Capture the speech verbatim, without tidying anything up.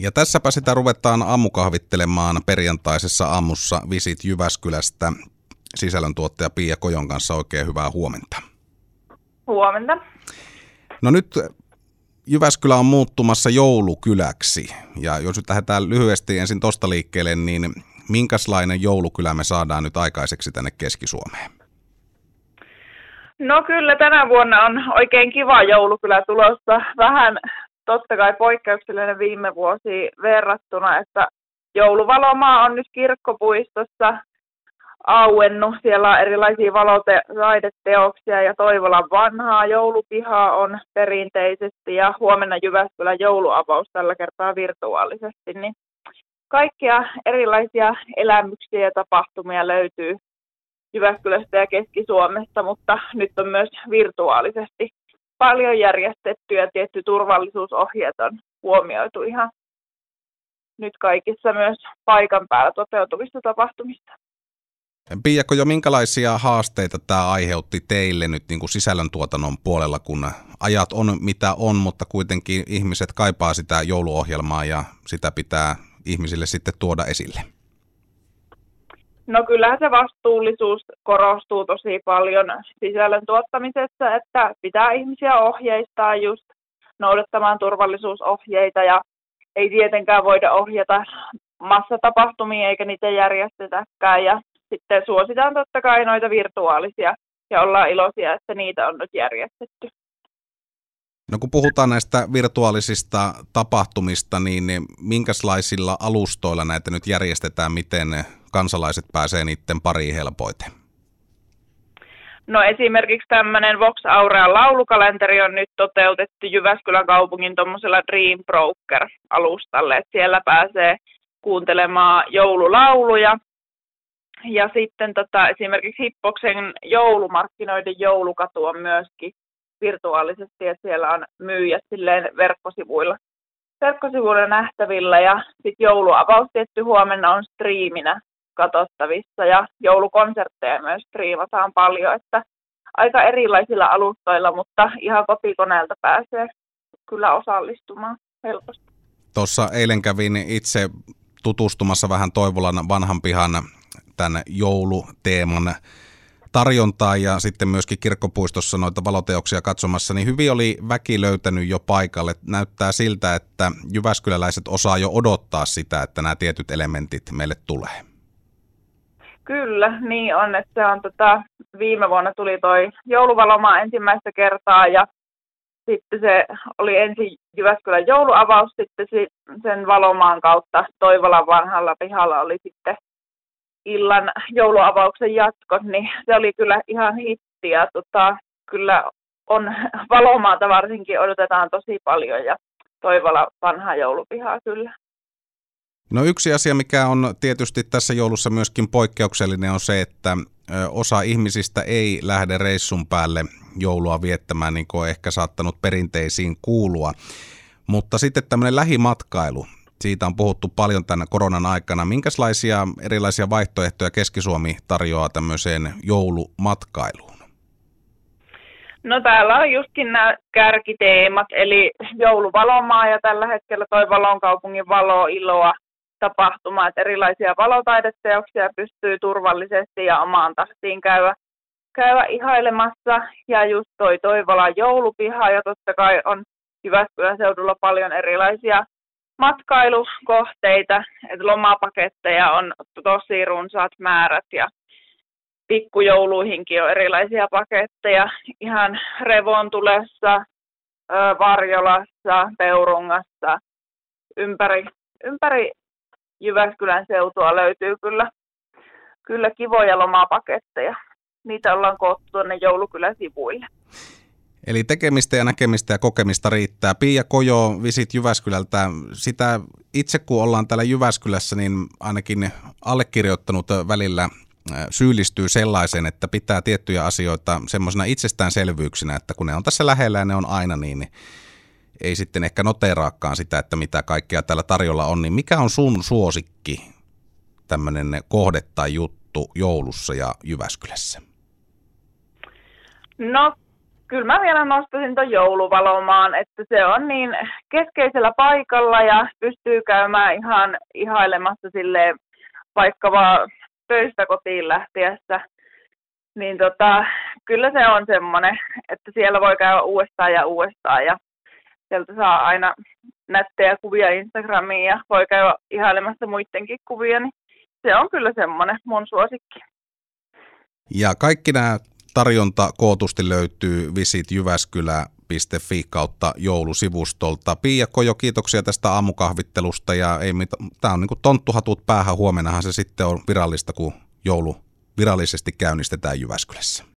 Ja tässäpä sitä ruvetaan aamukahvittelemaan perjantaisessa aamussa Visit Jyväskylästä. Sisällöntuottaja Pia Kojon kanssa oikein hyvää huomenta. Huomenta. No nyt Jyväskylä on muuttumassa joulukyläksi. Ja jos nyt lähdetään lyhyesti ensin tosta liikkeelle, niin minkälainen joulukylä me saadaan nyt aikaiseksi tänne Keski-Suomeen? No kyllä tänä vuonna on oikein kiva joulukylä tulossa. Vähän totta kai poikkeuksellinen viime vuosiin verrattuna, että jouluvalomaa on nyt Kirkkopuistossa auennut. Siellä on erilaisia valotaideteoksia ja Toivolan vanhaa joulupihaa on perinteisesti ja huomenna Jyväskylän jouluavaus tällä kertaa virtuaalisesti. Niin kaikkia erilaisia elämyksiä ja tapahtumia löytyy Jyväskylästä ja Keski-Suomesta, mutta nyt on myös virtuaalisesti paljon järjestetty ja tietty turvallisuusohjeet on huomioitu ihan nyt kaikissa myös paikan päällä toteutuvissa tapahtumissa. Pia, jo minkälaisia haasteita tämä aiheutti teille nyt niin kuin sisällöntuotannon puolella, kun ajat on mitä on, mutta kuitenkin ihmiset kaipaa sitä jouluohjelmaa ja sitä pitää ihmisille sitten tuoda esille? No kyllähän se vastuullisuus korostuu tosi paljon sisällön tuottamisessa, että pitää ihmisiä ohjeistaa just noudattamaan turvallisuusohjeita ja ei tietenkään voida ohjata massatapahtumia eikä niitä järjestetäkään ja sitten suositaan totta kai noita virtuaalisia ja ollaan iloisia, että niitä on nyt järjestetty. No kun puhutaan näistä virtuaalisista tapahtumista, niin minkälaisilla alustoilla näitä nyt järjestetään, miten kansalaiset pääsee niiden pariin helpoiten? No esimerkiksi tämmöinen Vox Aurean laulukalenteri on nyt toteutettu Jyväskylän kaupungin tuommoisella Dream Broker-alustalle, että siellä pääsee kuuntelemaan joululauluja. Ja sitten tota, esimerkiksi Hippoksen joulumarkkinoiden joulukatu on myöskin virtuaalisesti, että siellä on myyjät silleen verkkosivuilla, verkkosivuilla nähtävillä ja sitten jouluavaus tietty huomenna on striiminä katsottavissa ja joulukonsertteja myös striimataan paljon, että aika erilaisilla alustoilla, mutta ihan kotikoneelta pääsee kyllä osallistumaan helposti. Tuossa eilen kävin itse tutustumassa vähän Toivolan vanhan pihan tämän jouluteeman tarjontaa ja sitten myöskin Kirkkopuistossa noita valoteoksia katsomassa, niin hyvin oli väki löytänyt jo paikalle. Näyttää siltä, että jyväskyläläiset osaa jo odottaa sitä, että nämä tietyt elementit meille tulee. Kyllä, niin on, että se on tota, viime vuonna tuli toi jouluvalomaa ensimmäistä kertaa ja sitten se oli ensin Jyväskylän jouluavaus, sitten sen valomaan kautta Toivolan vanhalla pihalla oli sitten illan jouluavauksen jatkot, niin se oli kyllä ihan hitti ja tota, kyllä on valomaata varsinkin odotetaan tosi paljon ja Toivola vanhaa joulupihaa kyllä. No yksi asia, mikä on tietysti tässä joulussa myöskin poikkeuksellinen on se, että osa ihmisistä ei lähde reissun päälle joulua viettämään, niin kuin on ehkä saattanut perinteisiin kuulua, mutta sitten tämmöinen lähimatkailu. Siitä on puhuttu paljon tämän koronan aikana. Minkälaisia erilaisia vaihtoehtoja Keski-Suomi tarjoaa tämmöiseen joulumatkailuun? No täällä on justkin nämä kärkiteemat, eli jouluvalomaa ja tällä hetkellä toi Valonkaupungin valo, iloa tapahtuma, että erilaisia valotaideteoksia pystyy turvallisesti ja omaan tahtiin käydä, käydä ihailemassa. Ja just toi Toivolan joulupiha ja totta kai on Jyväskylän seudulla paljon erilaisia matkailukohteita, että lomapaketteja on tosi runsaat määrät ja pikkujouluihinkin on erilaisia paketteja ihan Revontulessa, Varjolassa, Peurungassa, ympäri, ympäri Jyväskylän seutua löytyy kyllä, kyllä kivoja lomapaketteja. Niitä ollaan koottu tuonne Joulukylän sivuille. Eli tekemistä ja näkemistä ja kokemista riittää. Pia Kojo, Visit Jyväskylältä. Sitä itse kun ollaan täällä Jyväskylässä, niin ainakin allekirjoittanut välillä syyllistyy sellaiseen, että pitää tiettyjä asioita semmoisena itsestäänselvyyksinä, että kun ne on tässä lähellä ja ne on aina niin, niin ei sitten ehkä noteeraakaan sitä, että mitä kaikkea täällä tarjolla on. Niin mikä on sun suosikki tämmöinen kohde tai juttu joulussa ja Jyväskylässä? No kyllä mä vielä nostaisin ton jouluvalomaan, että se on niin keskeisellä paikalla ja pystyy käymään ihan ihailemassa silleen vaikka vaan töistä kotiin lähtiessä. Niin tota, kyllä se on semmoinen, että siellä voi käydä uudestaan ja uudestaan ja sieltä saa aina nättejä kuvia Instagramiin ja voi käydä ihailemassa muidenkin kuvia, niin se on kyllä semmoinen mun suosikki. Ja kaikki nämä tarjonta kootusti löytyy visit jyväskylä piste fi kautta joulusivustolta. Pia Kojo, kiitoksia tästä aamukahvittelusta ja ei mit- tämä on niin kuin tonttuhatut päähän, huomennahan se sitten on virallista, kun joulu virallisesti käynnistetään Jyväskylässä.